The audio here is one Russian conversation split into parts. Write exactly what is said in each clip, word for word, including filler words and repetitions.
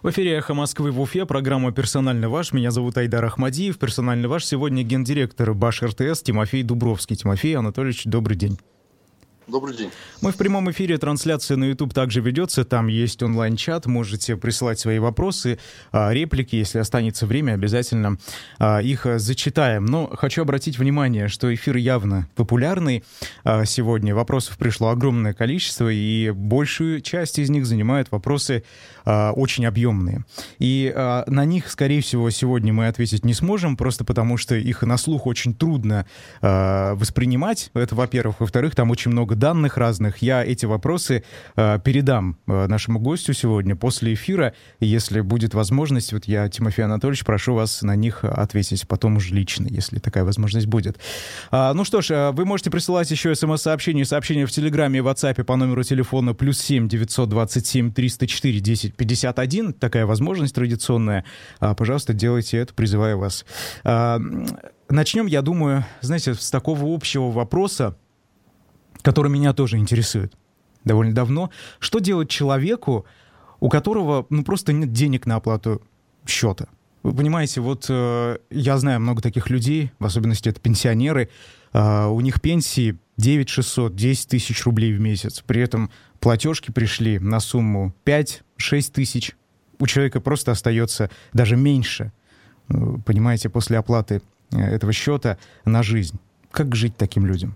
В эфире «Эхо Москвы» в Уфе, программа «Персонально ваш». Меня зовут Айдар Ахмадиев. «Персонально ваш» сегодня гендиректор Баш.РТС Тимофей Дубровский. Тимофей Анатольевич, добрый день. Добрый день. Мы в прямом эфире, трансляция на YouTube также ведется, там есть онлайн-чат, можете присылать свои вопросы, реплики, если останется время, обязательно их зачитаем. Но хочу обратить внимание, что эфир явно популярный сегодня, вопросов пришло огромное количество, и большую часть из них занимают вопросы очень объемные. И на них, скорее всего, сегодня мы ответить не сможем, просто потому что их на слух очень трудно воспринимать, это во-первых. Во-вторых, там очень много данных разных. Я эти вопросы э, передам э, нашему гостю сегодня после эфира. Если будет возможность, вот я, Тимофей Анатольевич, прошу вас на них ответить потом уже лично, если такая возможность будет. А, ну что ж, вы можете присылать еще смс-сообщения, сообщения в Телеграме и WhatsApp по номеру телефона плюс семь девятьсот двадцать семь триста четыре десять пятьдесят один. Такая возможность традиционная. А, пожалуйста, делайте это, призываю вас. А, начнем, я думаю, знаете, с такого общего вопроса, который меня тоже интересует довольно давно. Что делать человеку, у которого ну, просто нет денег на оплату счета? Вы понимаете, вот э, я знаю много таких людей, в особенности это пенсионеры, э, у них пенсии девять шестьсот, десять тысяч рублей в месяц, при этом платежки пришли на сумму пять-шесть тысяч, у человека просто остается даже меньше, э, понимаете, после оплаты этого счета на жизнь. Как жить таким людям?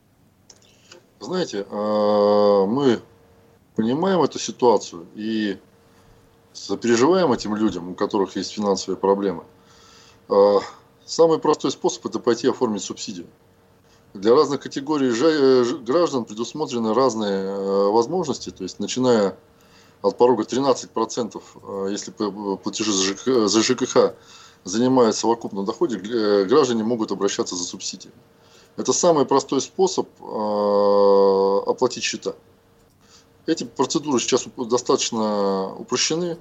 Знаете, мы понимаем эту ситуацию и сопереживаем этим людям, у которых есть финансовые проблемы. Самый простой способ – это пойти оформить субсидию. Для разных категорий граждан предусмотрены разные возможности, то есть начиная от порога тринадцать процентов, если платежи за ЖКХ занимают в совокупном доходе, граждане могут обращаться за субсидией. Это самый простой способ э, оплатить счета. Эти процедуры сейчас достаточно упрощены.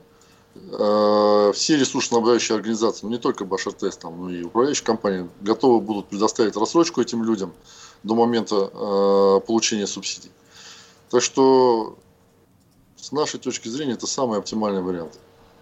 Э, все ресурсоснабжающие организации, ну не только Баш.РТС, там, но и управляющие компании, готовы будут предоставить рассрочку этим людям до момента э, получения субсидий. Так что, с нашей точки зрения, это самый оптимальный вариант.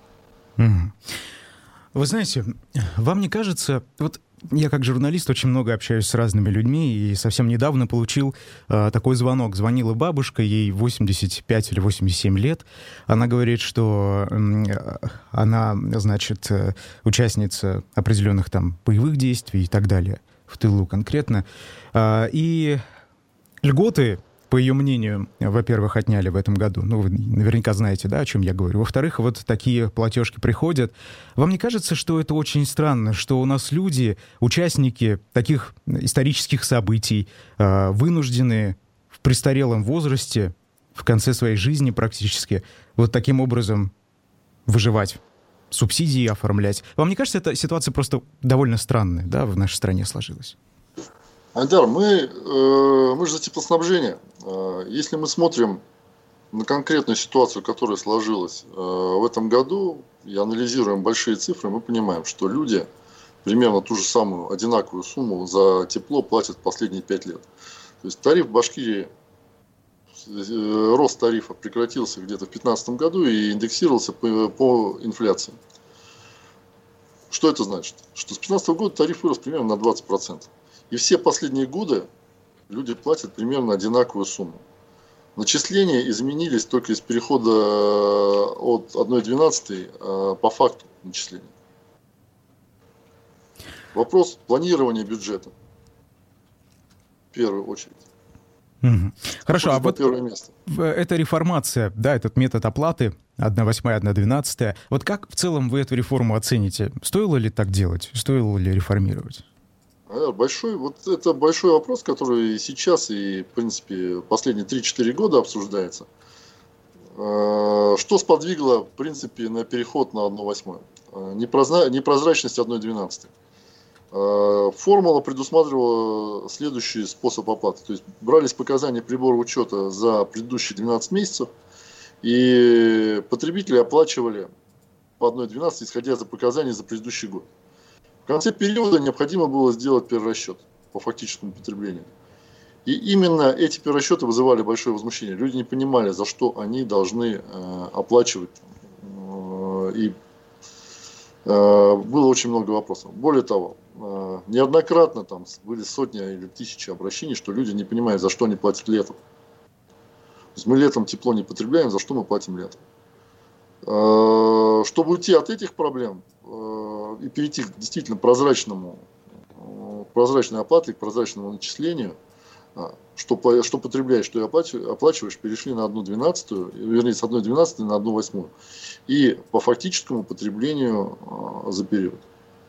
Вы знаете, вам не кажется... Вот я как журналист очень много общаюсь с разными людьми, и совсем недавно получил э, такой звонок. Звонила бабушка, ей восемьдесят пять или восемьдесят семь лет. Она говорит, что э, она, значит, э, участница определенных там боевых действий и так далее, в тылу конкретно. Э, и льготы, по ее мнению, во-первых, отняли в этом году. Ну, вы наверняка знаете, да, о чем я говорю. Во-вторых, вот такие платежки приходят. Вам не кажется, что это очень странно, что у нас люди, участники таких исторических событий, вынуждены в престарелом возрасте, в конце своей жизни практически, вот таким образом выживать, субсидии оформлять? Вам не кажется, эта ситуация просто довольно странная, да, в нашей стране сложилась? Айдар, мы, э, мы же за теплоснабжение. Э, если мы смотрим на конкретную ситуацию, которая сложилась э, в этом году, и анализируем большие цифры, мы понимаем, что люди примерно ту же самую одинаковую сумму за тепло платят последние пять лет. То есть тариф в Башкирии, э, рост тарифа прекратился где-то в две тысячи пятнадцатом году и индексировался по, по инфляции. Что это значит? Что с две тысячи пятнадцатого года тариф вырос примерно на двадцать процентов. И все последние годы люди платят примерно одинаковую сумму. Начисления изменились только из перехода от одна двенадцатая по факту начисления. Вопрос планирования бюджета. В первую очередь. Угу. Хорошо, а вот первое место. Эта реформация, да, этот метод оплаты одна восьмая, одна двенадцатая. Вот как в целом вы эту реформу оцените? Стоило ли так делать? Стоило ли реформировать? Большой, вот это большой вопрос, который сейчас и, в принципе, последние три-четыре года обсуждается. Что сподвигло, в принципе, на переход на одна восьмая? Непрозрачность одна двенадцатая. Формула предусматривала следующий способ оплаты. То есть брались показания прибора учета за предыдущие двенадцать месяцев, и потребители оплачивали по одна двенадцатая, исходя из показаний за предыдущий год. В конце периода необходимо было сделать перерасчет по фактическому потреблению. И именно эти перерасчеты вызывали большое возмущение. Люди не понимали, за что они должны э, оплачивать э, и было очень много вопросов. Более того, неоднократно там были сотни или тысячи обращений, что люди не понимают, за что они платят летом. То есть мы летом тепло не потребляем, за что мы платим летом. Чтобы уйти от этих проблем и перейти к действительно прозрачному, прозрачной оплате, к прозрачному начислению, что, что потребляешь, что и оплачиваешь, перешли на одну двенадцатую, вернее, с одной двенадцатой на одну восьмую. И по фактическому потреблению за период.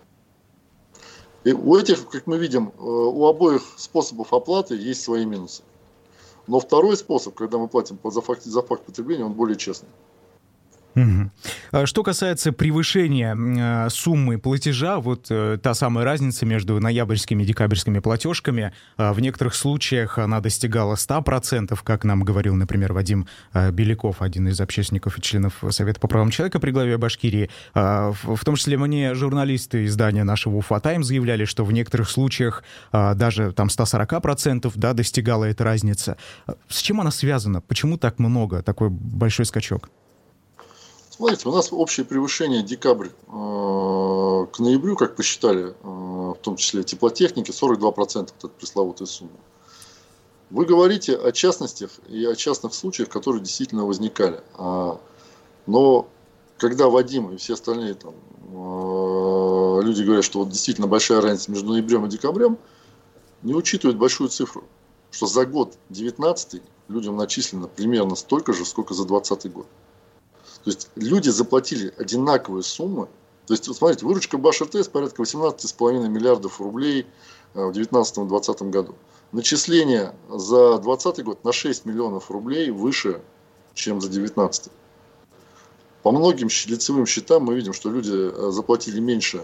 И у этих, как мы видим, у обоих способов оплаты есть свои минусы. Но второй способ, когда мы платим за факт, за факт потребления, он более честный. Угу. Что касается превышения э, суммы платежа, вот э, та самая разница между ноябрьскими и декабрьскими платежками, э, в некоторых случаях она достигала ста процентов, как нам говорил, например, Вадим э, Беляков, один из общественников и членов Совета по правам человека при главе Башкирии. Э, в, в том числе мне журналисты издания нашего Уфа Тайм заявляли, что в некоторых случаях э, даже там ста сорока процентов, да, достигала эта разница. С чем она связана? Почему так много, такой большой скачок? Смотрите, у нас общее превышение декабрь э, к ноябрю, как посчитали, э, в том числе теплотехники, сорок два процента от этой пресловутой суммы. Вы говорите о частностях и о частных случаях, которые действительно возникали. А, но когда Вадим и все остальные там, э, люди говорят, что вот действительно большая разница между ноябрем и декабрем, не учитывают большую цифру, что за год девятнадцатый людям начислено примерно столько же, сколько за двадцатый год. То есть люди заплатили одинаковые суммы. То есть, смотрите, выручка Баш-эр-тэ эс порядка восемнадцать целых пять десятых миллиардов рублей в девятнадцатом-двадцатом году. Начисление за двадцатый год на шесть миллионов рублей выше, чем за девятнадцатый. По многим лицевым счетам мы видим, что люди заплатили меньше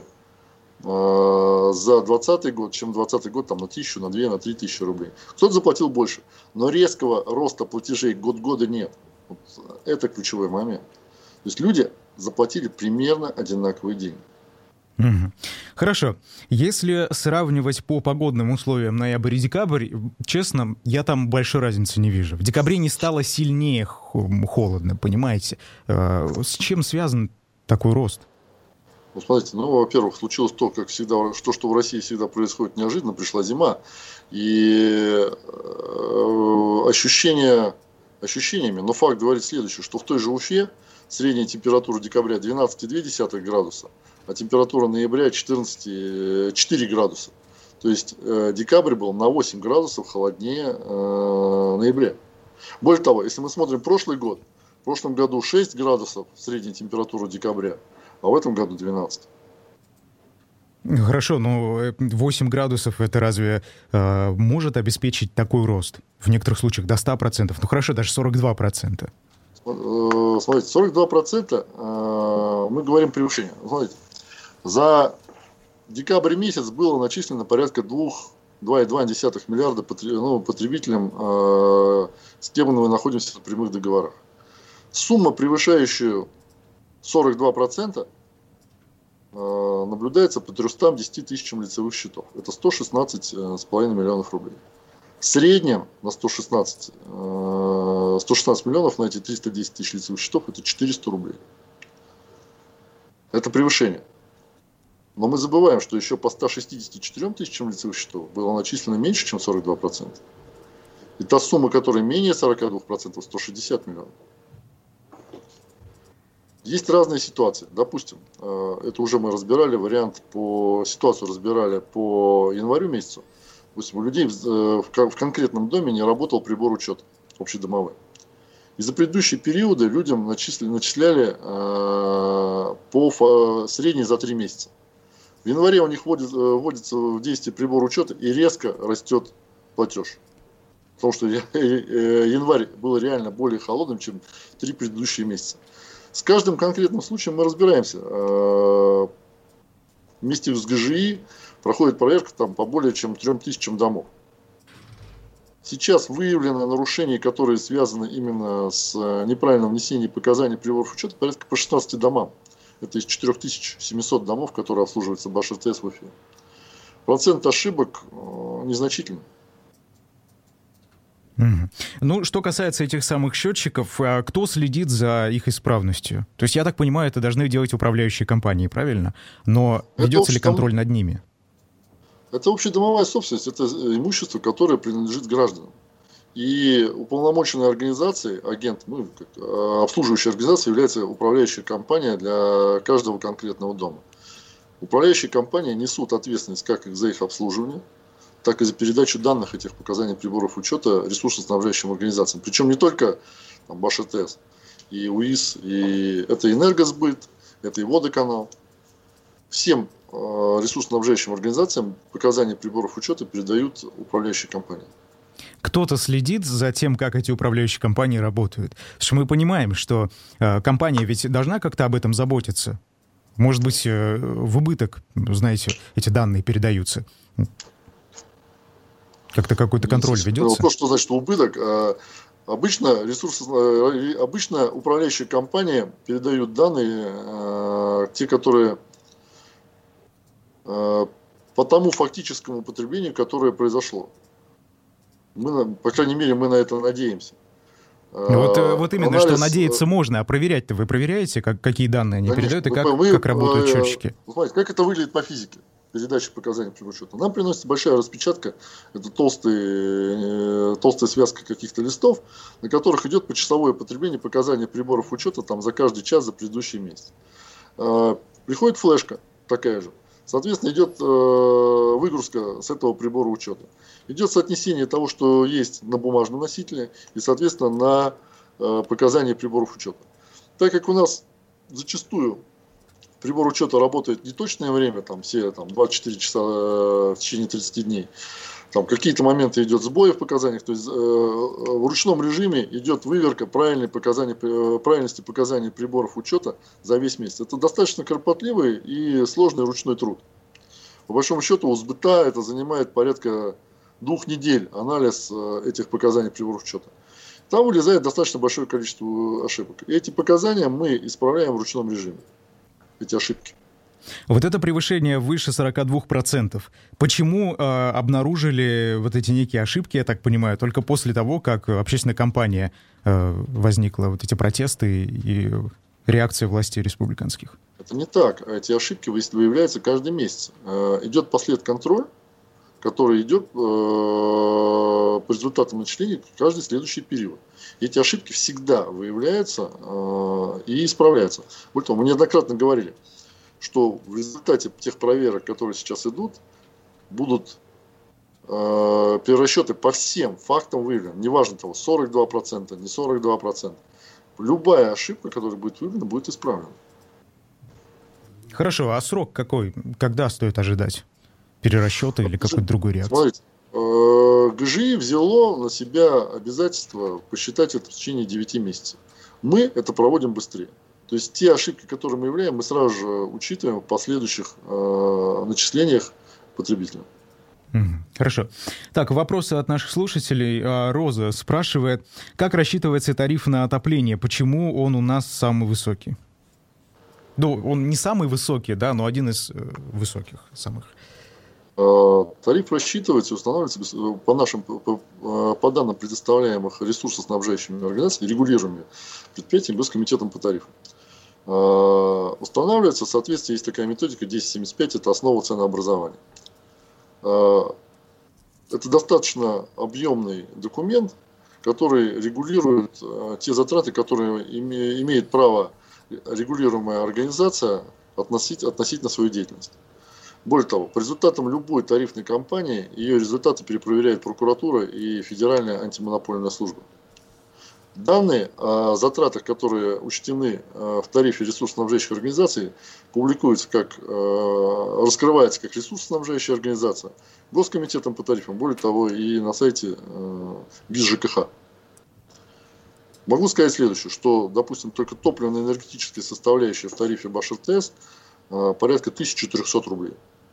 за двадцатый год, чем двадцатый год там, на тысячу, на две, на три тысячи рублей. Кто-то заплатил больше, но резкого роста платежей год года нет. Вот это ключевой момент. То есть люди заплатили примерно одинаковые деньги. Угу. Хорошо. Если сравнивать по погодным условиям ноябрь и декабрь, честно, я там большой разницы не вижу. В декабре не стало сильнее холодно, понимаете? С чем связан такой рост? Ну, смотрите, ну, во-первых, случилось то, как всегда, то, что в России всегда происходит неожиданно, пришла зима, и ощущение, ощущениями, но факт говорит следующее, что в той же Уфе средняя температура декабря двенадцать целых две десятых градуса, а температура ноября четырнадцать целых четыре десятых градуса. То есть э, декабрь был на восемь градусов холоднее э, ноября. Более того, если мы смотрим прошлый год, в прошлом году шесть градусов средняя температура декабря, а в этом году двенадцать. Хорошо, но восемь градусов это разве э, может обеспечить такой рост? В некоторых случаях до ста процентов. Ну хорошо, даже сорок два процента. Смотрите, сорок два процента э, мы говорим превышение. Смотрите, за декабрь месяц было начислено порядка два целых две десятых миллиарда ну, потребителям, э, с кем мы находимся в прямых договорах. Сумма, превышающая сорок два процента, э, наблюдается по трёмстам десяти тысячам лицевых счетов. Это сто шестнадцать целых пять десятых миллионов рублей. В среднем на сто шестнадцать, э, сто шестнадцать миллионов на эти триста десять тысяч лицевых счетов это четыреста рублей. Это превышение. Но мы забываем, что еще по ста шестидесяти четырём тысячам лицевых счетов было начислено меньше, чем сорок два процента. И та сумма, которая менее сорока двух процентов, сто шестьдесят миллионов. Есть разные ситуации. Допустим, это уже мы разбирали, вариант по ситуацию разбирали по январю месяцу. Допустим, у людей в конкретном доме не работал прибор учета общедомовой. И за предыдущие периоды людям начислили, начисляли по средней за три месяца. В январе у них вводится, вводится в действие прибор учета и резко растет платеж. Потому что январь был реально более холодным, чем три предыдущие месяца. С каждым конкретным случаем мы разбираемся. Вместе с гэ жэ и проходит проверка там, по более чем трем тысячам домов. Сейчас выявлено нарушения, которые связаны именно с неправильным внесением показаний приборов учета, порядка по шестнадцати домам. Это из четырёх тысяч семисот домов, которые обслуживаются Баш-эр-тэ эс в Уфе. Процент ошибок незначительный. Мгм. Ну, что касается этих самых счетчиков, а кто следит за их исправностью? То есть, я так понимаю, это должны делать управляющие компании, правильно? Но Это ведется ли общедом- контроль над ними? это общедомовая собственность, это имущество, которое принадлежит гражданам. И уполномоченной организацией, агент, ну, как, э, обслуживающая организация является управляющая компания для каждого конкретного дома. Управляющие компании несут ответственность как за их обслуживание, так и за передачу данных этих показаний приборов учета ресурсоснабжающим организациям. Причем не только там, БашРТС, и УИС, и это Энергосбыт, это и Водоканал. Всем э, ресурсоснабжающим организациям показания приборов учета передают управляющие компании. Кто-то следит за тем, как эти управляющие компании работают. Потому что мы понимаем, что э, компания ведь должна как-то об этом заботиться. Может быть, э, в убыток, знаете, эти данные передаются. Как-то какой-то контроль Здесь, ведется? То, что значит убыток, э, обычно, ресурсы, э, обычно управляющие компании передают данные, э, те, которые э, по тому фактическому потреблению, которое произошло. Мы, на- по крайней мере, мы на это надеемся. Ну, Вот, э, вот именно, что Анализ, надеяться э, можно, а проверять-то вы проверяете, как, какие данные они Конечно. передают и Вы как, по- мы, как работают э, счетчики? вы знаете, как это выглядит по физике? Передача показаний прибора учета. Нам приносится большая распечатка, это толстые, э, толстая связка каких-то листов, на которых идет почасовое потребление показаний приборов учета там, за каждый час за предыдущий месяц. Э, Приходит флешка такая же. Соответственно, идет э, выгрузка с этого прибора учета. Идет соотнесение того, что есть на бумажном носителе, и, соответственно, на э, показания приборов учета. Так как у нас зачастую прибор учета работает не точное время, там все там, двадцать четыре часа э, в течение тридцати дней. Там какие-то моменты идет сбои в показаниях, то есть э, в ручном режиме идет выверка правильной показания, э, правильности показаний приборов учета за весь месяц. Это достаточно кропотливый и сложный ручной труд. По большому счету у сбыта это занимает порядка двух недель анализ э, этих показаний приборов учета. Там вылезает достаточно большое количество ошибок. И эти показания мы исправляем в ручном режиме. Эти ошибки. Вот это превышение выше сорок два процента. Почему э, обнаружили вот эти некие ошибки, я так понимаю, только после того, как общественная кампания э, возникла, вот эти протесты и реакция властей республиканских? Это не так. Эти ошибки выявляются каждый месяц. Э, идет последконтроль, который идет э, по результатам начисления каждый следующий период. И эти ошибки всегда выявляются э, и исправляются. Более того, мы неоднократно говорили, что в результате тех проверок, которые сейчас идут, будут э, перерасчеты по всем фактам выявлены. Неважно того, сорок два процента, не сорок два процента. Любая ошибка, которая будет выявлена, будет исправлена. Хорошо, а срок какой? Когда стоит ожидать? Перерасчета или какой-то другой реакции? Смотрите, э, ГЖИ взяло на себя обязательство посчитать это в течение девяти месяцев. Мы это проводим быстрее. То есть те ошибки, которые мы являем, мы сразу же учитываем в последующих э, начислениях потребителям. Мгм. Хорошо. Так, вопросы от наших слушателей. А, Роза спрашивает, как рассчитывается тариф на отопление? Почему он у нас самый высокий? Ну, он не самый высокий, да, но один из э, высоких самых. Э, Тариф рассчитывается и устанавливается без- э, по нашим по, по- по данным предоставляемых ресурсоснабжающими организациями, регулируемыми предприятиями, Госкомитетом по тарифам. Э, Устанавливается в соответствии, есть такая методика десять семьдесят пять, это основа ценообразования. Э, Это достаточно объемный документ, который регулирует э, те затраты, которые име- имеет право регулируемая организация относить, относительно свою деятельность. Более того, по результатам любой тарифной кампании ее результаты перепроверяет прокуратура и Федеральная антимонопольная служба. Данные о затратах, которые учтены э, в тарифе ресурсоснабжающих организаций, публикуются как, э, раскрывается как ресурсоснабжающая организация Госкомитетом по тарифам, более того, и на сайте э, ГИС-ЖКХ. Могу сказать следующее, что, допустим, только топливно-энергетическая составляющая в тарифе БашРТС э, порядка тысяча четыреста рублей.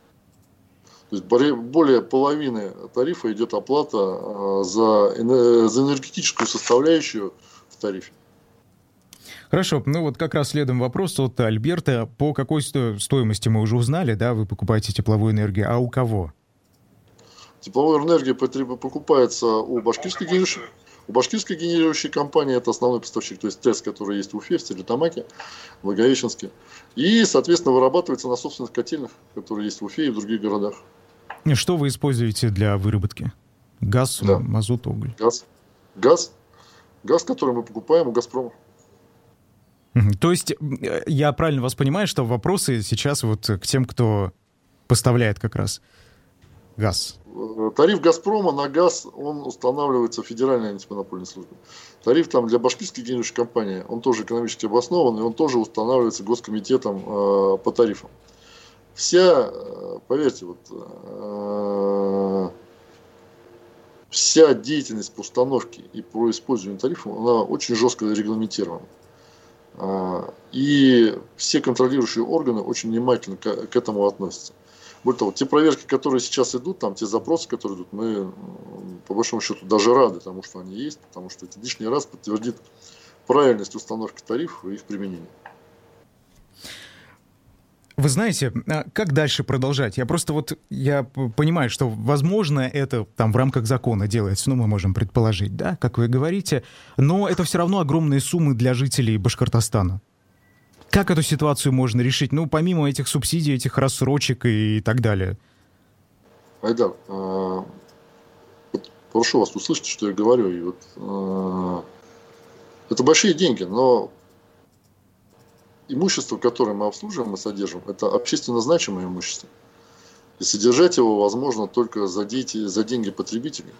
То есть более- более половины тарифа идет оплата э, за, эне- за энергетическую составляющую в тарифе. Хорошо, ну вот как раз следом вопрос от Альберта. По какой сто- стоимости мы уже узнали, да, вы покупаете тепловую энергию, а у кого? Тепловая энергия покупается у башкирской генерирующей, у башкирской генерирующей компании, это основной поставщик, то есть ТЭС, который есть в Уфе, в Стерлитамаке, в Благовещенске. И, соответственно, вырабатывается на собственных котельных, которые есть в Уфе и в других городах. И что вы используете для выработки? Газ, да. мазут, уголь? Газ. Газ. Газ, который мы покупаем у «Газпрома». То есть я правильно вас понимаю, что вопросы сейчас вот к тем, кто поставляет как раз газ? Тариф «Газпрома» на газ, он устанавливается Федеральной антимонопольной службой. Тариф там для башкирской генерирующей компании, он тоже экономически обоснован, и он тоже устанавливается Госкомитетом э, по тарифам. Вся, поверьте, вот, э, вся деятельность по установке и по использованию тарифов, она очень жестко регламентирована. И все контролирующие органы очень внимательно к, к этому относятся. Более того, те проверки, которые сейчас идут, там, те запросы, которые идут, мы, по большому счету, даже рады тому, что они есть, потому что это лишний раз подтвердит правильность установки тарифов и их применения. Вы знаете, как дальше продолжать? Я просто вот, я понимаю, что, возможно, это там в рамках закона делается, ну, мы можем предположить, да, как вы говорите, но это все равно огромные суммы для жителей Башкортостана. Как эту ситуацию можно решить? Ну, помимо этих субсидий, этих рассрочек и так далее. Айдар, э, вот прошу вас услышать, что я говорю. И вот, э, это большие деньги, но имущество, которое мы обслуживаем и содержим, это общественно значимое имущество. И содержать его возможно только за, дети, за деньги потребителей.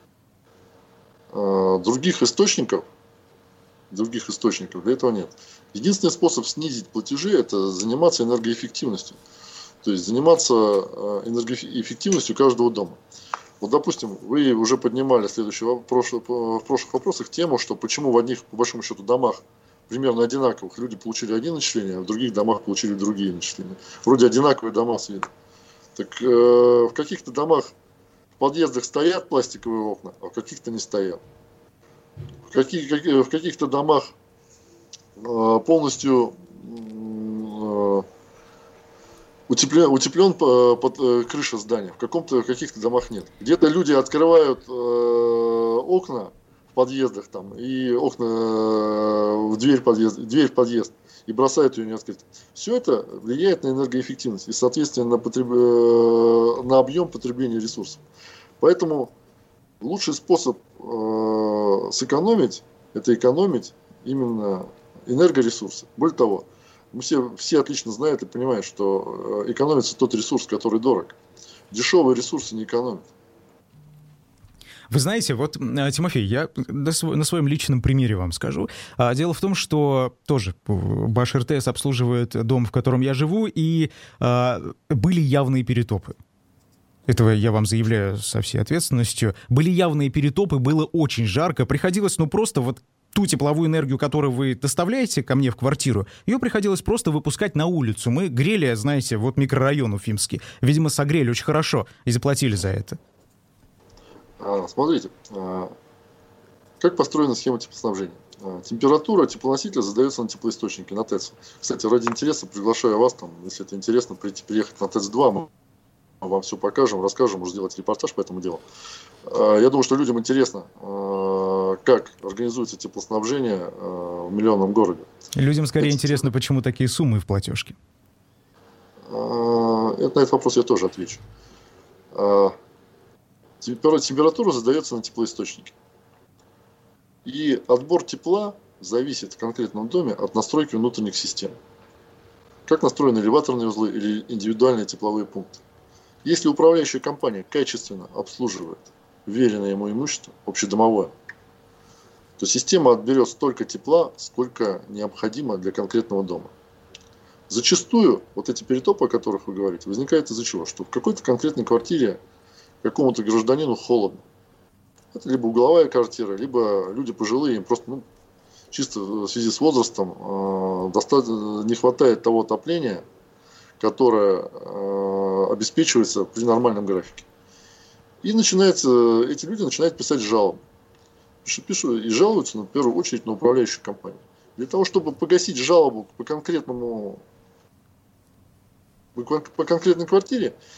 Э, других источников, других источников для этого нет. Единственный способ снизить платежи – это заниматься энергоэффективностью. То есть заниматься энергоэффективностью каждого дома. Вот, допустим, вы уже поднимали следующий вопрос, в прошлых вопросах тему, что почему в одних, по большому счету, домах примерно одинаковых люди получили одни начисления, а в других домах получили другие начисления. Вроде одинаковые дома с виду. Так э, в каких-то домах в подъездах стоят пластиковые окна, а в каких-то не стоят. В, каких, как, в каких-то домах э, полностью э, утеплен, утеплен под э, крыша здания, в, каком-то, в каких-то домах нет. Где-то люди открывают э, окна в подъездах там, и окна э, в дверь, подъезд, дверь в подъезд и бросают ее не открытой. Все это влияет на энергоэффективность и, соответственно, на, потреб... э, на объем потребления ресурсов. Поэтому лучший способ э, сэкономить, это экономить именно энергоресурсы. Более того, мы все, все отлично знают и понимают, что экономится тот ресурс, который дорог. Дешевые ресурсы не экономят. Вы знаете, вот, Тимофей, я на своем личном примере вам скажу. Дело в том, что тоже Башртс обслуживает дом, в котором я живу, и были явные перетопы. Этого я вам заявляю со всей ответственностью. Были явные перетопы, было очень жарко. Приходилось, ну, просто вот ту тепловую энергию, которую вы доставляете ко мне в квартиру, ее приходилось просто выпускать на улицу. Мы грели, знаете, вот микрорайон уфимский. Видимо, согрели очень хорошо и заплатили за это. А, смотрите, а, как построена схема теплоснабжения. А, температура теплоносителя задается на теплоисточнике, на ТЭЦ. Кстати, ради интереса приглашаю вас, там, если это интересно, прийти, приехать на ТЭЦ два. Мы вам все покажем, расскажем, может сделать репортаж по этому делу. Я думаю, что людям интересно, как организуется теплоснабжение в миллионном городе. Людям скорее это... интересно, почему такие суммы в платежке. Это, на этот вопрос я тоже отвечу. Температура задается на теплоисточнике. И отбор тепла зависит в конкретном доме от настройки внутренних систем. Как настроены элеваторные узлы или индивидуальные тепловые пункты. Если управляющая компания качественно обслуживает веренное ему имущество, общедомовое, то система отберет столько тепла, сколько необходимо для конкретного дома. Зачастую вот эти перетопы, о которых вы говорите, возникают из-за чего? Что в какой-то конкретной квартире какому-то гражданину холодно. Это либо угловая квартира, либо люди пожилые, им просто ну, чисто в связи с возрастом э, достаточно, не хватает того отопления, которое э, обеспечивается при нормальном графике. И начинается, эти люди начинают писать жалобы. Пишут, пишут и жалуются, на первую очередь, на управляющую компанию. Для того, чтобы погасить жалобу по конкретному, по конкретной квартире,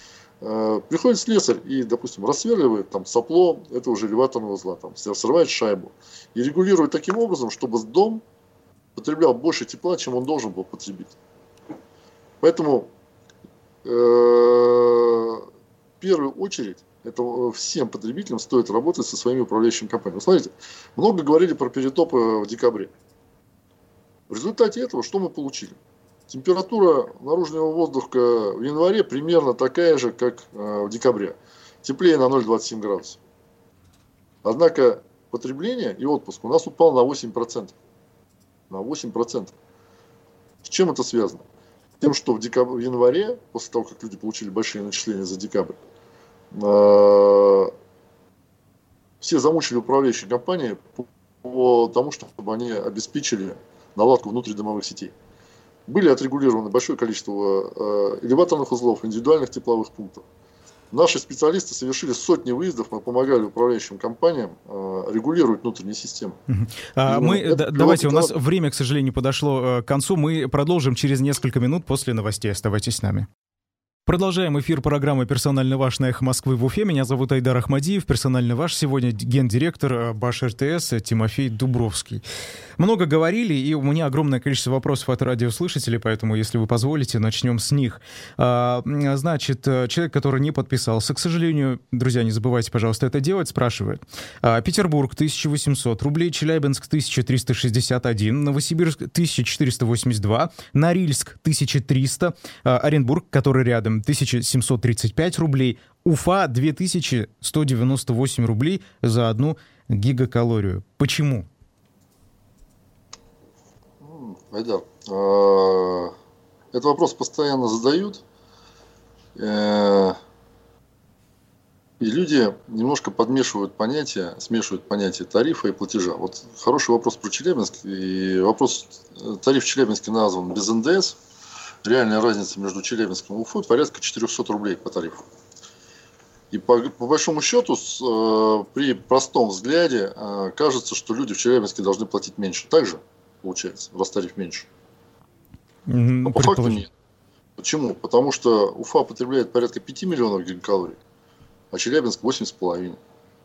Приходит слесарь и, допустим, рассверливает там сопло этого же элеваторного узла, там, срывает шайбу и регулирует таким образом, чтобы дом потреблял больше тепла, чем он должен был потребить. Поэтому э, в первую очередь это всем потребителям стоит работать со своими управляющими компаниями. Смотрите, много говорили про перетопы в декабре. В результате этого что мы получили? Температура наружного воздуха в январе примерно такая же, как в декабре. Теплее на ноль целых двадцать семь градусов. Однако потребление и отпуск у нас упал на восемь процентов. На восемь процентов. С чем это связано? С тем, что в, декаб... в январе, после того, как люди получили большие начисления за декабрь, э... все замучили управляющие компании по тому, чтобы они обеспечили наладку внутридомовых сетей. Были отрегулированы большое количество э, элеваторных узлов, индивидуальных тепловых пунктов. Наши специалисты совершили сотни выездов, мы помогали управляющим компаниям э, регулировать внутренние системы. А, мы, да, давайте, у нас время, к сожалению, подошло э, к концу. Мы продолжим через несколько минут после новостей. Оставайтесь с нами. Продолжаем эфир программы «Персонально ваш» на «Эхо Москвы» в Уфе. Меня зовут Айдар Ахмадиев. «Персонально ваш» сегодня гендиректор Баш.РТС Тимофей Дубровский. Много говорили, и у меня огромное количество вопросов от радиослушателей, поэтому, если вы позволите, начнем с них. А, значит, человек, который не подписался, к сожалению, друзья, не забывайте, пожалуйста, это делать, спрашивает. А, Петербург тысяча восемьсот рублей, Челябинск тысяча триста шестьдесят один, Новосибирск тысяча четыреста восемьдесят два, Норильск тысяча триста, а, Оренбург, который рядом, тысяча семьсот тридцать пять рублей, Уфа две тысячи сто девяносто восемь рублей за одну гигакалорию. Почему? Айдар, этот вопрос постоянно задают, и люди немножко подмешивают понятия, смешивают понятия тарифа и платежа. Вот хороший вопрос про Челябинск, и вопрос, тариф в Челябинске назван без эн дэ эс. Реальная разница между Челябинском и Уфой порядка четыреста рублей по тарифу. И по, по большому счету, с, э, при простом взгляде, э, кажется, что люди в Челябинске должны платить меньше. Так же получается, раз тариф меньше. Но по факту нет. Почему? Потому что Уфа потребляет порядка пяти миллионов гигакалорий, а Челябинск восемь с половиной.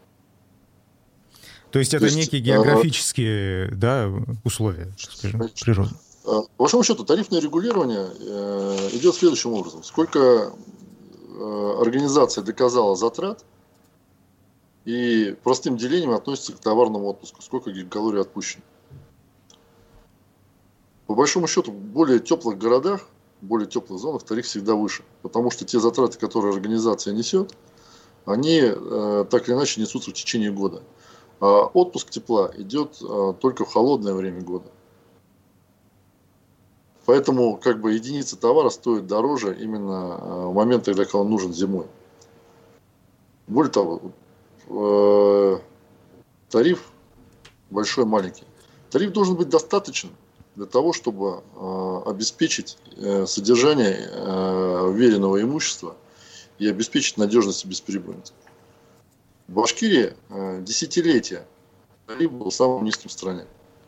То есть это То некие есть, географические э, да, условия, скажем, природы. По большому счету, тарифное регулирование э, идет следующим образом. Сколько э, организация доказала затрат, и простым делением относится к товарному отпуску. Сколько гигакалорий отпущено. По большому счету, в более теплых городах, в более теплых зонах тариф всегда выше. Потому что те затраты, которые организация несет, они э, так или иначе несутся в течение года. А отпуск тепла идет э, только в холодное время года. Поэтому как бы единица товара стоит дороже именно в момент, когда он нужен зимой. Более того, э, тариф большой, маленький. Тариф должен быть достаточен для того, чтобы э, обеспечить э, содержание э, веренного имущества и обеспечить надежность и бесперебойность. В Башкирии э, десятилетия тариф был самым низким в стране.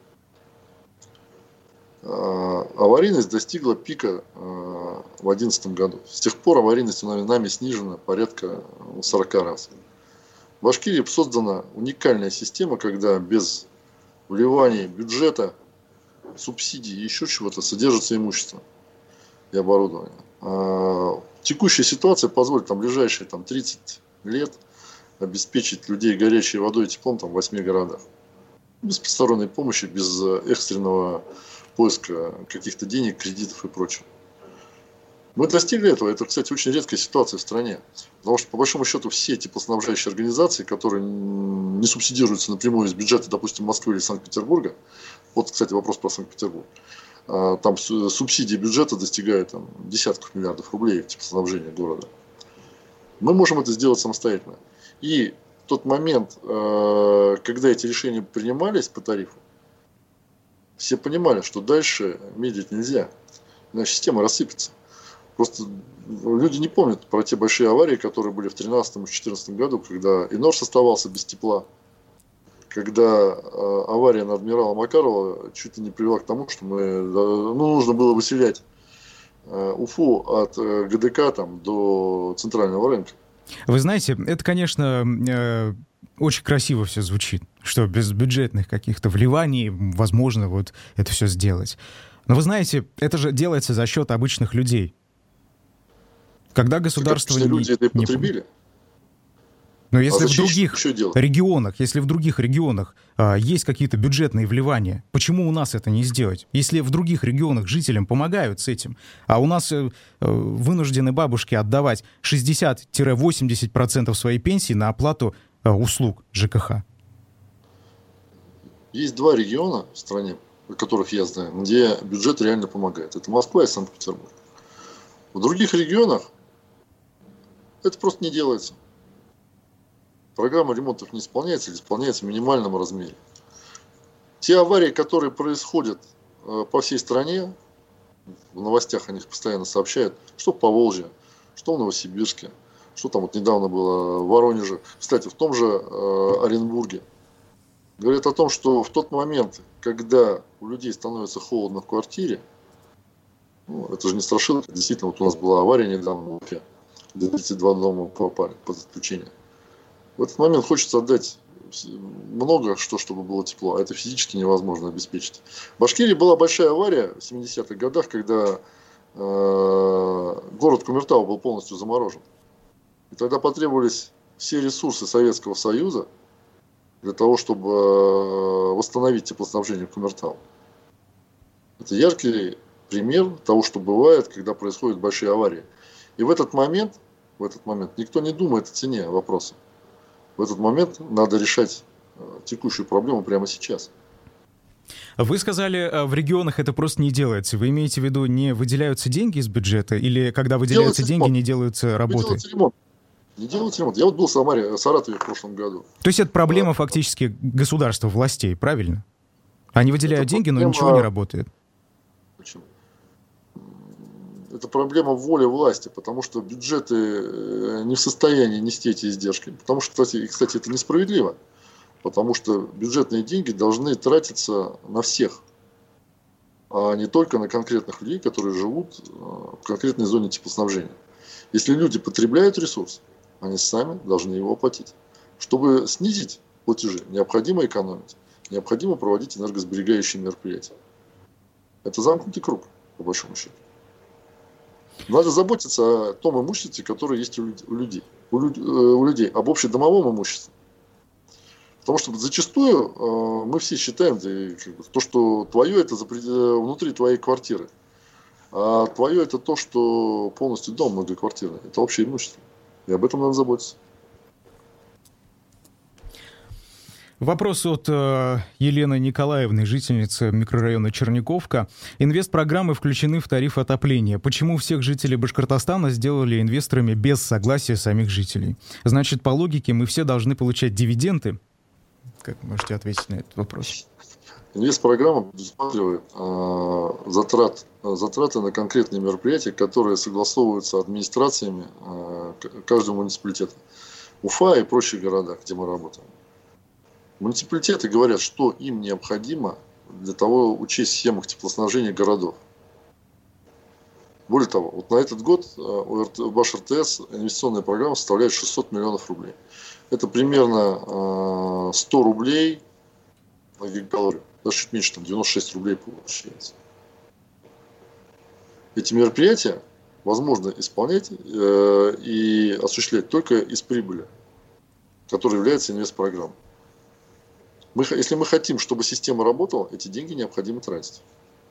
Аварийность достигла пика в две тысячи одиннадцатом году. С тех пор аварийность нами снижена порядка сорок раз. В Башкирии создана уникальная система, когда без вливания бюджета, субсидий и еще чего-то содержится имущество и оборудование. Текущая ситуация позволит там, ближайшие там, тридцать лет обеспечить людей горячей водой и теплом там, в восьми городах. Без посторонней помощи, без экстренного поиска каких-то денег, кредитов и прочего. Мы достигли этого. Это, кстати, очень редкая ситуация в стране. Потому что, по большому счету, все теплоснабжающие организации, которые не субсидируются напрямую из бюджета, допустим, Москвы или Санкт-Петербурга, вот, кстати, вопрос про Санкт-Петербург, там субсидии бюджета достигают там, десятков миллиардов рублей в теплоснабжении города. Мы можем это сделать самостоятельно. И в тот момент, когда эти решения принимались по тарифу, все понимали, что дальше медлить нельзя, иначе система рассыпется. Просто люди не помнят про те большие аварии, которые были в две тысячи тринадцатом и две тысячи четырнадцатом году, когда Инорс оставался без тепла, когда авария на адмирала Макарова чуть ли не привела к тому, что мы, ну, нужно было выселять Уфу от ГДК там, до центрального рынка. Вы знаете, это, конечно, э, очень красиво все звучит, что без бюджетных каких-то вливаний возможно вот это все сделать. Но вы знаете, это же делается за счет обычных людей. Когда государство... Так, не, люди это и не... потребили. Но если а в других регионах, если в других регионах а, есть какие-то бюджетные вливания, почему у нас это не сделать? Если в других регионах жителям помогают с этим, а у нас э, вынуждены бабушки отдавать шестьдесят-восемьдесят процентов своей пенсии на оплату э, услуг ЖКХ. Есть два региона в стране, о которых я знаю, где бюджет реально помогает. Это Москва и Санкт-Петербург. В других регионах это просто не делается. Программа ремонтов не исполняется или исполняется в минимальном размере. Те аварии, которые происходят по всей стране, в новостях о них постоянно сообщают, что в Поволжье, что в Новосибирске, что там вот недавно было в Воронеже, кстати, в том же э, Оренбурге. Говорят о том, что в тот момент, когда у людей становится холодно в квартире, ну, это же не страшилка, действительно, вот у нас была авария недавно в Уфе, где тридцать два дома попали под отключение. В этот момент хочется отдать много что, чтобы было тепло, а это физически невозможно обеспечить. В Башкирии была большая авария в семидесятых годах, когда э, город Кумертау был полностью заморожен. И тогда потребовались все ресурсы Советского Союза для того, чтобы э, восстановить теплоснабжение Кумертау. Это яркий пример того, что бывает, когда происходят большие аварии. И в этот момент, в этот момент никто не думает о цене вопроса. В этот момент надо решать текущую проблему прямо сейчас. Вы сказали, в регионах это просто не делается. Вы имеете в виду, не выделяются деньги из бюджета? Или когда выделяются деньги, ремонт. не делаются работы? Не делается ремонт. Не делается ремонт. Я вот был в Самаре, в Саратове в прошлом году. То есть это проблема а, фактически государства, властей, правильно? Они выделяют это деньги, проблема... но ничего не работает. Почему? Это проблема воли власти, потому что бюджеты не в состоянии нести эти издержки. Потому что, кстати, кстати, это несправедливо. Потому что бюджетные деньги должны тратиться на всех, а не только на конкретных людей, которые живут в конкретной зоне теплоснабжения. Если люди потребляют ресурс, они сами должны его оплатить. Чтобы снизить платежи, необходимо экономить, необходимо проводить энергосберегающие мероприятия. Это замкнутый круг, по большому счету. Надо заботиться о том имуществе, которое есть у людей, у людей, об общедомовом имуществе. Потому что зачастую э, мы все считаем, как бы, то, что твое, это внутри твоей квартиры. А твое это то, что полностью дом многоквартирный. Это общее имущество. И об этом надо заботиться. Вопрос от э, Елены Николаевны, жительницы микрорайона Черниковка. Инвестпрограммы включены в тариф отопления. Почему всех жителей Башкортостана сделали инвесторами без согласия самих жителей? Значит, по логике мы все должны получать дивиденды? Как можете ответить на этот вопрос? Инвестпрограмма предусматривает э, затрат, затраты на конкретные мероприятия, которые согласовываются администрациями э, каждого муниципалитета. Уфа и прочие города, где мы работаем. Муниципалитеты говорят, что им необходимо для того учесть в схемах теплоснабжения городов. Более того, вот на этот год у Баш-эр тэ эс инвестиционная программа составляет шестьсот миллионов рублей. Это примерно сто рублей на гигакалорию. Даже чуть меньше, там девяносто шесть рублей получается. Эти мероприятия возможно исполнять э, и осуществлять только из прибыли, которая является инвестпрограммой. Мы, если мы хотим, чтобы система работала, эти деньги необходимо тратить.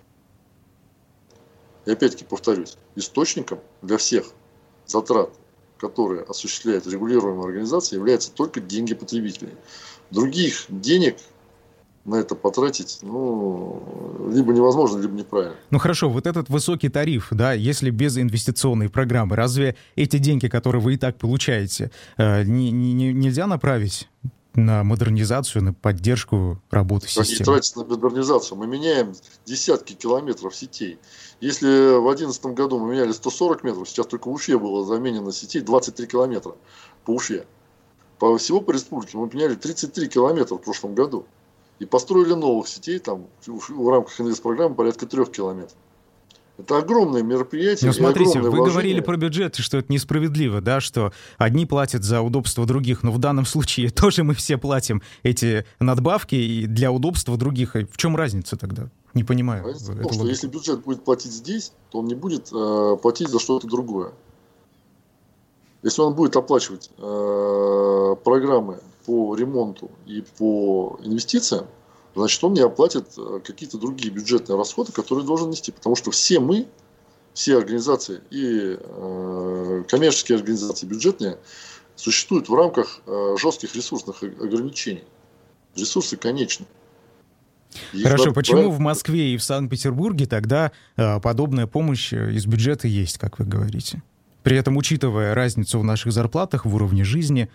И опять-таки повторюсь, источником для всех затрат, которые осуществляет регулируемая организация, являются только деньги потребителей. Других денег на это потратить, ну, либо невозможно, либо неправильно. Ну хорошо, вот этот высокий тариф, да, если без инвестиционной программы, разве эти деньги, которые вы и так получаете, не, не, нельзя направить на модернизацию, на поддержку работы системы? Они тратятся на модернизацию. Мы меняем десятки километров сетей. Если в две тысячи одиннадцатом году мы меняли сто сорок метров, сейчас только в Уфе было заменено сетей двадцать три километра по Уфе. По всего по республике мы меняли тридцать три километра в прошлом году. И построили новых сетей там в рамках инвестпрограммы порядка трех километров. Это огромное мероприятие. Но смотрите, вы вложение. говорили про бюджет, что это несправедливо, да, что одни платят за удобство других, но в данном случае тоже мы все платим эти надбавки и для удобства других. В чем разница тогда? Не понимаю. Разница в том, что если бюджет будет платить здесь, то он не будет э, платить за что-то другое. Если он будет оплачивать э, программы по ремонту и по инвестициям, значит, он не оплатит какие-то другие бюджетные расходы, которые должен нести. Потому что все мы, все организации и э, коммерческие организации бюджетные существуют в рамках э, жестких ресурсных ограничений. Ресурсы конечны. Их Хорошо, почему правильно... в Москве и в Санкт-Петербурге тогда э, подобная помощь из бюджета есть, как вы говорите? При этом, учитывая разницу в наших зарплатах, в уровне жизни...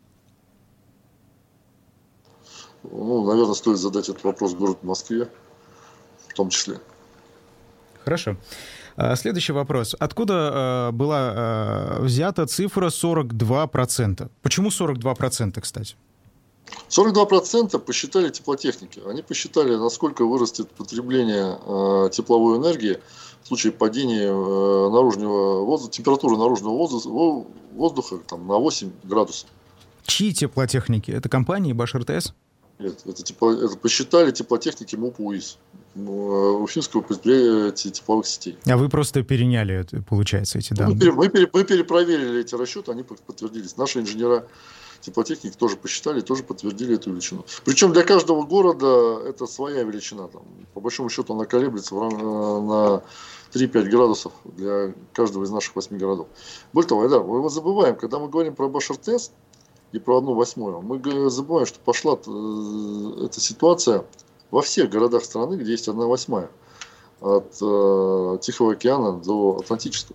Ну, наверное, стоит задать этот вопрос в городе Москве, в том числе. Хорошо. Следующий вопрос. Откуда э, была э, взята цифра сорок два процента? Почему сорок два процента, кстати? сорок два процента посчитали теплотехники. Они посчитали, насколько вырастет потребление э, тепловой энергии в случае падения э, наружного воздуха, температуры наружного воздуха, воздуха там, на восемь градусов. Чьи теплотехники? Это компании Башртс? Нет, это, тепло, это посчитали теплотехники МУП УИС, Уфимского предприятия тепловых сетей. А вы просто переняли, получается, эти данные? Мы, пере, мы, пере, мы перепроверили эти расчеты, они подтвердились. Наши инженера теплотехники тоже посчитали, тоже подтвердили эту величину. Причем для каждого города это своя величина. Там, по большому счету она колеблется на три-пять градусов для каждого из наших восьми городов. Более того, да, мы вот забываем, когда мы говорим про Башртс и про одну восьмую, мы забываем, что пошла эта ситуация во всех городах страны, где есть одна восьмая. От э, Тихого океана до Атлантического.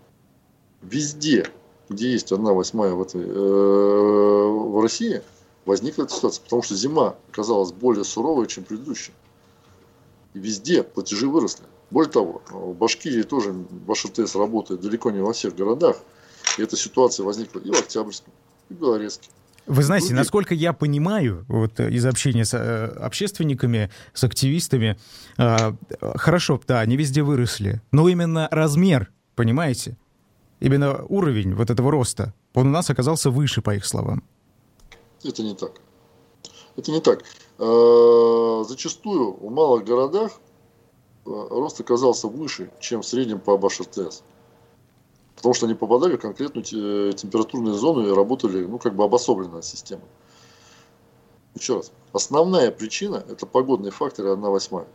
Везде, где есть одна восьмая в, этой, э, в России, возникла эта ситуация, потому что зима оказалась более суровой, чем предыдущая. И везде платежи выросли. Более того, в Башкирии тоже Башртс работает далеко не во всех городах. И эта ситуация возникла и в Октябрьском, и в Белорецке. Вы знаете, насколько я понимаю, вот из общения с э, общественниками, с активистами, э, хорошо, да, они везде выросли, но именно размер, понимаете, именно уровень вот этого роста, он у нас оказался выше, по их словам. Это не так. Это не так. Э, зачастую в малых городах рост оказался выше, чем в среднем по Башртс. Потому что они попадали в конкретную температурную зону и работали, ну, как бы обособленная система. Еще раз. Основная причина – это погодные факторы одна восьмая.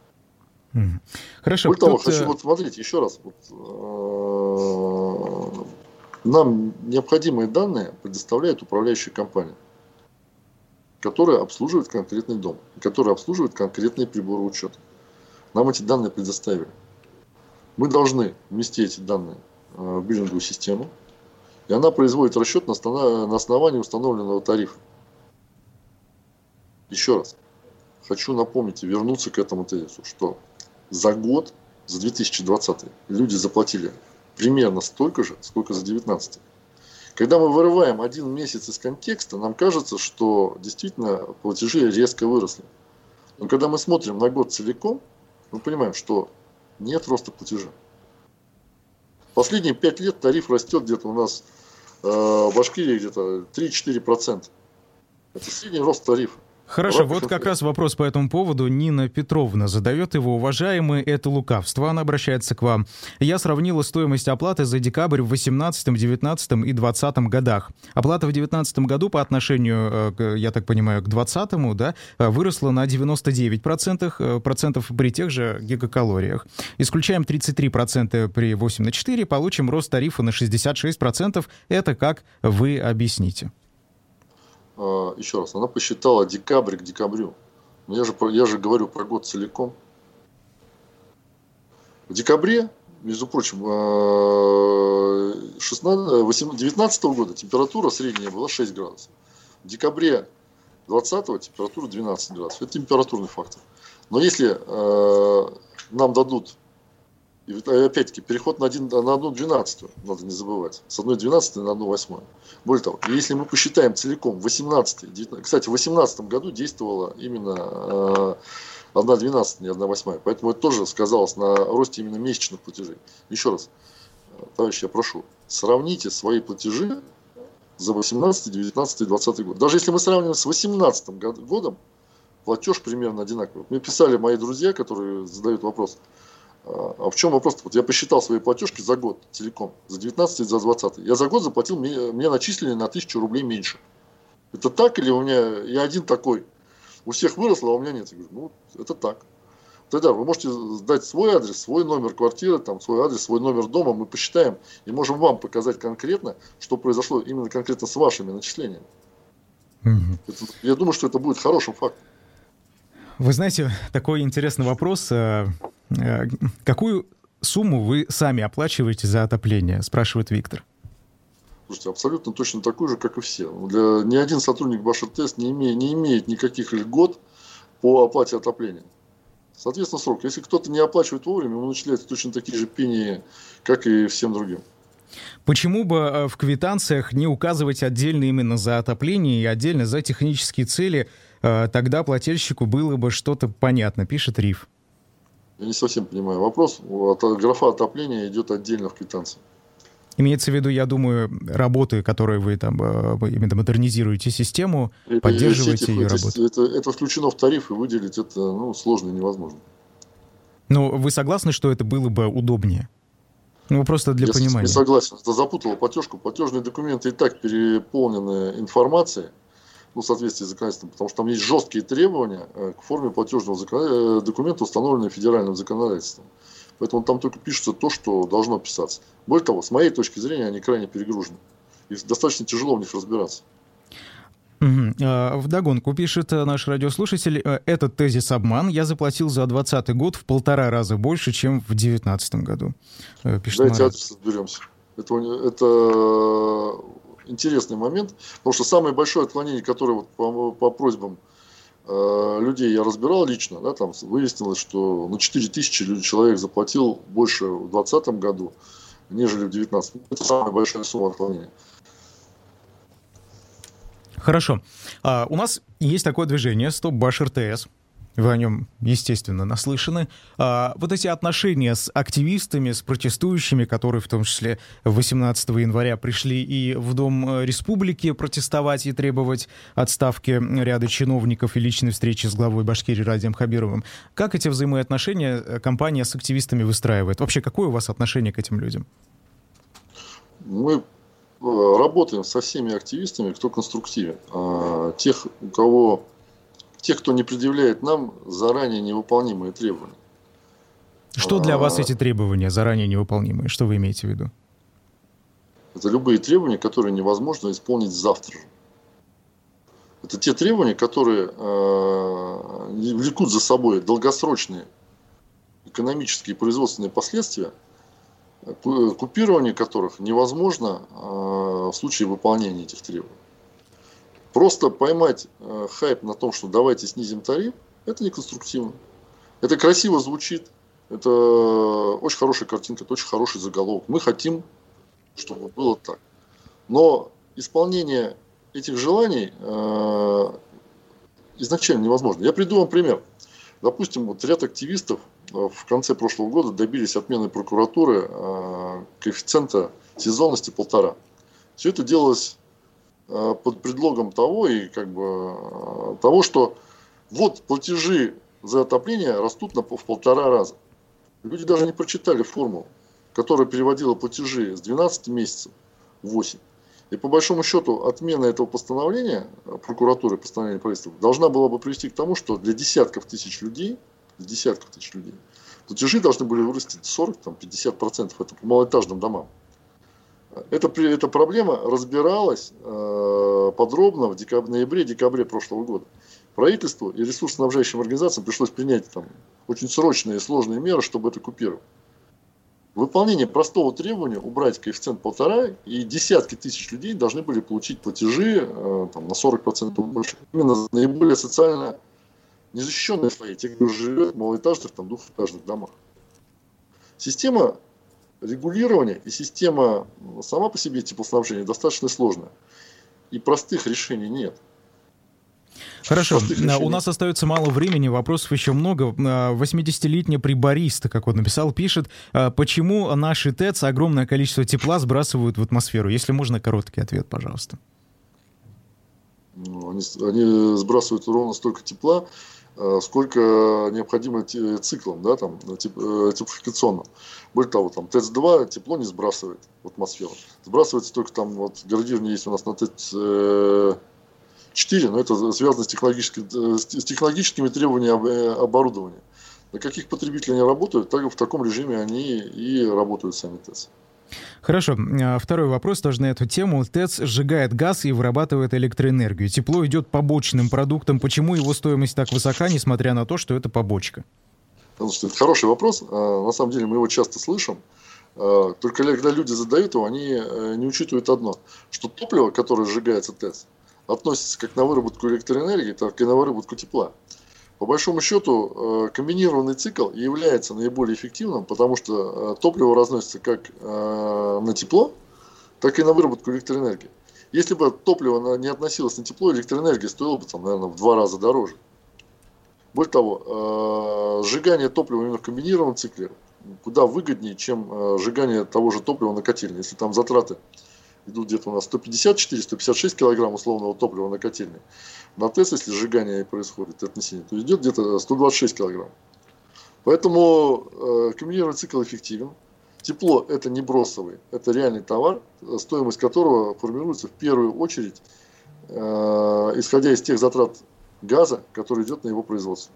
Хорошо. Более того, хочу, вот смотрите, еще раз. Вот, э, нам необходимые данные предоставляет управляющая компания, которая обслуживает конкретный дом, которая обслуживает конкретные приборы учета. Нам эти данные предоставили. Мы должны внести эти данные в биллинговую систему, и она производит расчет на основании установленного тарифа. Еще раз хочу напомнить и вернуться к этому тезису, что за год, за две тысячи двадцатый, люди заплатили примерно столько же, сколько за две тысячи девятнадцатый. Когда мы вырываем один месяц из контекста, нам кажется, что действительно платежи резко выросли. Но когда мы смотрим на год целиком, мы понимаем, что нет роста платежа. Последние пять лет тариф растет где-то у нас э, в Башкирии где-то три-четыре процента. Это средний рост тарифа. Хорошо, вот как раз вопрос по этому поводу Нина Петровна задает его. Уважаемый, это лукавство. Она обращается к вам. Я сравнила стоимость оплаты за декабрь в восемнадцатом, девятнадцатом и двадцатом годах. Оплата в девятнадцатом году по отношению, я так понимаю, к двадцатому, да, выросла на девяносто девять процентов, процентов при тех же гигакалориях. Исключаем тридцать три процента при восемь на четыре, получим рост тарифа на шестьдесят шесть процентов. Это как вы объясните? Еще раз, она посчитала декабрь к декабрю. Но я же, я же говорю про год целиком. В декабре, между прочим, девятнадцатого года температура средняя была шесть градусов. В декабре двадцатого температура двенадцать градусов. Это температурный фактор. Но если э, нам дадут, и опять-таки, переход на, один, на одну двенадцатую, надо не забывать, с одной двенадцатой на одну восьмую. Более того, если мы посчитаем целиком восемнадцатый, девятнадцатый, кстати, в восемнадцатом году действовала именно э, одна двенадцатая, не одна восьмая. Поэтому это тоже сказалось на росте именно месячных платежей. Еще раз, товарищи, я прошу, сравните свои платежи за восемнадцатый, девятнадцатый, двадцатый год. Даже если мы сравниваем с восемнадцатым годом, платеж примерно одинаковый. Мне писали мои друзья, которые задают вопрос, а в чем вопрос? Вот я посчитал свои платежки за год целиком, за девятнадцатый и за двадцатый. Я за год заплатил, мне, мне начислили на тысячу рублей меньше. Это так или у меня, я один такой? У всех выросло, а у меня нет. Я говорю, ну, это так. Тогда вы можете сдать свой адрес, свой номер квартиры, там, свой адрес, свой номер дома, мы посчитаем и можем вам показать конкретно, что произошло именно конкретно с вашими начислениями. Mm-hmm. Это, я думаю, что это будет хорошим фактом. Вы знаете, такой интересный вопрос. Какую сумму вы сами оплачиваете за отопление, спрашивает Виктор. Слушайте, абсолютно точно такой же, как и все. Для, ни один сотрудник Башир-ТЭС не имеет, не имеет никаких льгот по оплате отопления. Соответственно, срок. Если кто-то не оплачивает вовремя, ему начисляются точно такие же пени, как и всем другим. Почему бы в квитанциях не указывать отдельно именно за отопление и отдельно за технические цели? Тогда плательщику было бы что-то понятно, пишет Риф. Я не совсем понимаю вопрос. Графа отопления идет отдельно в квитанции. Имеется в виду, я думаю, работы, которые вы там именно модернизируете систему, и, поддерживаете ее работу. Это, это включено в тариф, и выделить это ну, сложно и невозможно. Но вы согласны, что это было бы удобнее? Ну, просто для я понимания. Я согласен. Это запутало платежку. Платежные документы и так переполнены информацией, ну, в соответствии с законодательством, потому что там есть жесткие требования к форме платежного документа, установленные федеральным законодательством. Поэтому там только пишется то, что должно писаться. Более того, с моей точки зрения, они крайне перегружены. И достаточно тяжело в них разбираться. Угу. Вдогонку пишет наш радиослушатель: этот тезис обман. Я заплатил за двадцатый год в полтора раза больше, чем в девятнадцатом году. Пишет Давайте Марат. адрес разберемся. Это, это интересный момент, потому что самое большое отклонение, которое вот по, по просьбам э, людей я разбирал лично, да, там выяснилось, что на четыре тысячи человек заплатил больше в двадцатом году, нежели в девятнадцатом. Это самая большая сумма отклонения. Хорошо. А, у нас есть такое движение «Стоп Башир-ТЭС». Вы о нем, естественно, наслышаны. А, вот эти отношения с активистами, с протестующими, которые в том числе восемнадцатого января пришли и в Дом Республики протестовать и требовать отставки ряда чиновников и личной встречи с главой Башкирии Радием Хабировым. Как эти взаимоотношения компания с активистами выстраивает? Вообще, какое у вас отношение к этим людям? Мы работаем со всеми активистами, кто конструктивен. А тех, у кого... Тех, кто не предъявляет нам заранее невыполнимые требования. Что для вас эти требования заранее невыполнимые? Что вы имеете в виду? Это любые требования, которые невозможно исполнить завтра же. Это те требования, которые э, влекут за собой долгосрочные экономические и производственные последствия, купирование которых невозможно э, в случае выполнения этих требований. Просто поймать э, хайп на том, что давайте снизим тариф, это не конструктивно. Это красиво звучит, это очень хорошая картинка, это очень хороший заголовок. Мы хотим, чтобы было так. Но исполнение этих желаний э, изначально невозможно. Я приведу вам пример. Допустим, вот ряд активистов в конце прошлого года добились отмены прокуратуры э, коэффициента сезонности полтора. Все это делалось под предлогом того, и как бы, того, что вот платежи за отопление растут на, в полтора раза. Люди даже не прочитали формулу, которая переводила платежи с двенадцати месяцев в восемь. И по большому счету отмена этого постановления прокуратуры, постановления правительства, должна была бы привести к тому, что для десятков тысяч людей, для десятков тысяч людей, платежи должны были вырасти сорок-пятьдесят процентов. Это по малоэтажным домам. Эта, эта проблема разбиралась э, подробно в декаб, ноябре-декабре прошлого года. Правительству и ресурсоснабжающим организациям пришлось принять там, очень срочные и сложные меры, чтобы это купировать. Выполнение простого требования убрать коэффициент полтора, и десятки тысяч людей должны были получить платежи э, там, на сорок процентов больше. Именно наиболее социально незащищенные слои, те, кто живет в малоэтажных, там, двухэтажных домах. Система регулирование и система сама по себе теплоснабжения достаточно сложная. И простых решений нет. Хорошо, у нас остается мало времени, вопросов еще много. восьмидесятилетняя прибориста, как он написал, пишет, почему наши ТЭЦ огромное количество тепла сбрасывают в атмосферу? Если можно, короткий ответ, пожалуйста. Ну, они, они сбрасывают ровно столько тепла, сколько необходимо циклом, да, там, теплофикационным. Более того, там ТЭЦ два тепло не сбрасывает в атмосферу. Сбрасывается только там, вот градирование есть у нас на ТЭЦ четыре, но это связано с, с технологическими требованиями оборудования. На каких потребителей они работают, так в таком режиме они и работают сами ТЭЦ. Хорошо. Второй вопрос тоже на эту тему. ТЭЦ сжигает газ и вырабатывает электроэнергию. Тепло идет побочным продуктом. Почему его стоимость так высока, несмотря на то, что это побочка? Это хороший вопрос. На самом деле мы его часто слышим. Только когда люди задают его, они не учитывают одно. Что топливо, которое сжигается ТЭЦ, относится как на выработку электроэнергии, так и на выработку тепла. По большому счету, комбинированный цикл является наиболее эффективным, потому что топливо разносится как на тепло, так и на выработку электроэнергии. Если бы топливо не относилось на тепло, электроэнергия стоила бы, там, наверное, в два раза дороже. Более того, сжигание топлива именно в комбинированном цикле куда выгоднее, чем сжигание того же топлива на котельной. Если там затраты идут где-то у нас сто пятьдесят четыре - сто пятьдесят шесть килограмм условного топлива на котельной. На ТЭЦ, если сжигание происходит, отнесение, то идет где-то сто двадцать шесть килограмм. Поэтому э, комбинированный цикл эффективен. Тепло – это не бросовый, это реальный товар, стоимость которого формируется в первую очередь, э, исходя из тех затрат газа, который идет на его производство.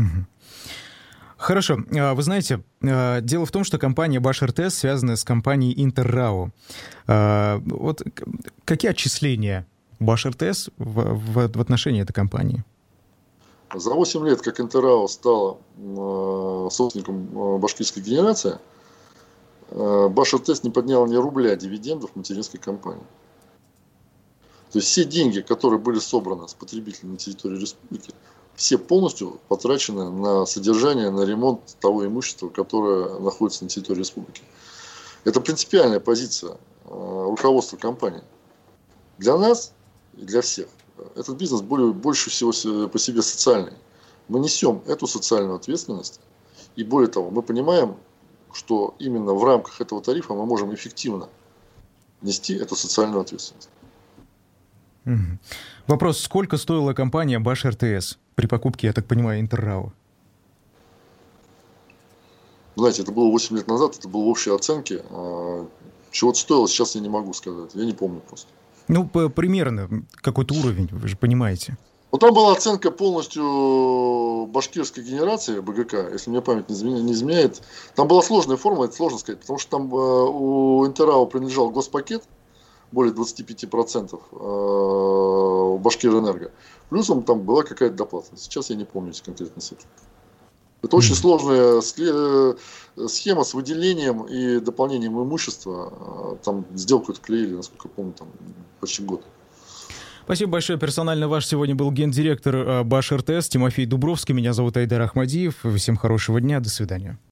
Хорошо. Вы знаете, дело в том, что компания Башр-ТЭС связана с компанией Интеррао. Вот какие отчисления Башр-ТЭС в, в, в отношении этой компании? За восемь лет, как Интеррао стала собственником башкирской генерации, Башр-ТЭС не подняла ни рубля дивидендов материнской компании. То есть все деньги, которые были собраны с потребителей на территории республики, все полностью потрачены на содержание, на ремонт того имущества, которое находится на территории республики. Это принципиальная позиция руководства компании. Для нас и для всех этот бизнес более, больше всего по себе социальный. Мы несем эту социальную ответственность. И более того, мы понимаем, что именно в рамках этого тарифа мы можем эффективно нести эту социальную ответственность. Угу. Вопрос, сколько стоила компания Башр-ТЭС при покупке, я так понимаю, Интеррао? Знаете, это было восемь лет назад, это было в общей оценке. Чего это стоило, сейчас я не могу сказать, я не помню просто. Ну, примерно какой-то уровень, вы же понимаете. Ну, там была оценка полностью башкирской генерации БГК, если мне память не изменяет. Там была сложная формула, это сложно сказать, потому что там у Интеррао принадлежал госпакет, более двадцать пять процентов у Башкирэнерго. Плюсом там была какая-то доплата. Сейчас я не помню эти конкретные цифры. Это очень сложная схема с выделением и дополнением имущества. Там сделку отклеили, насколько я помню, там почти год. Спасибо большое. Персонально ваш сегодня был гендиректор Башр-ТЭС Тимофей Дубровский. Меня зовут Айдар Ахмадиев. Всем хорошего дня. До свидания.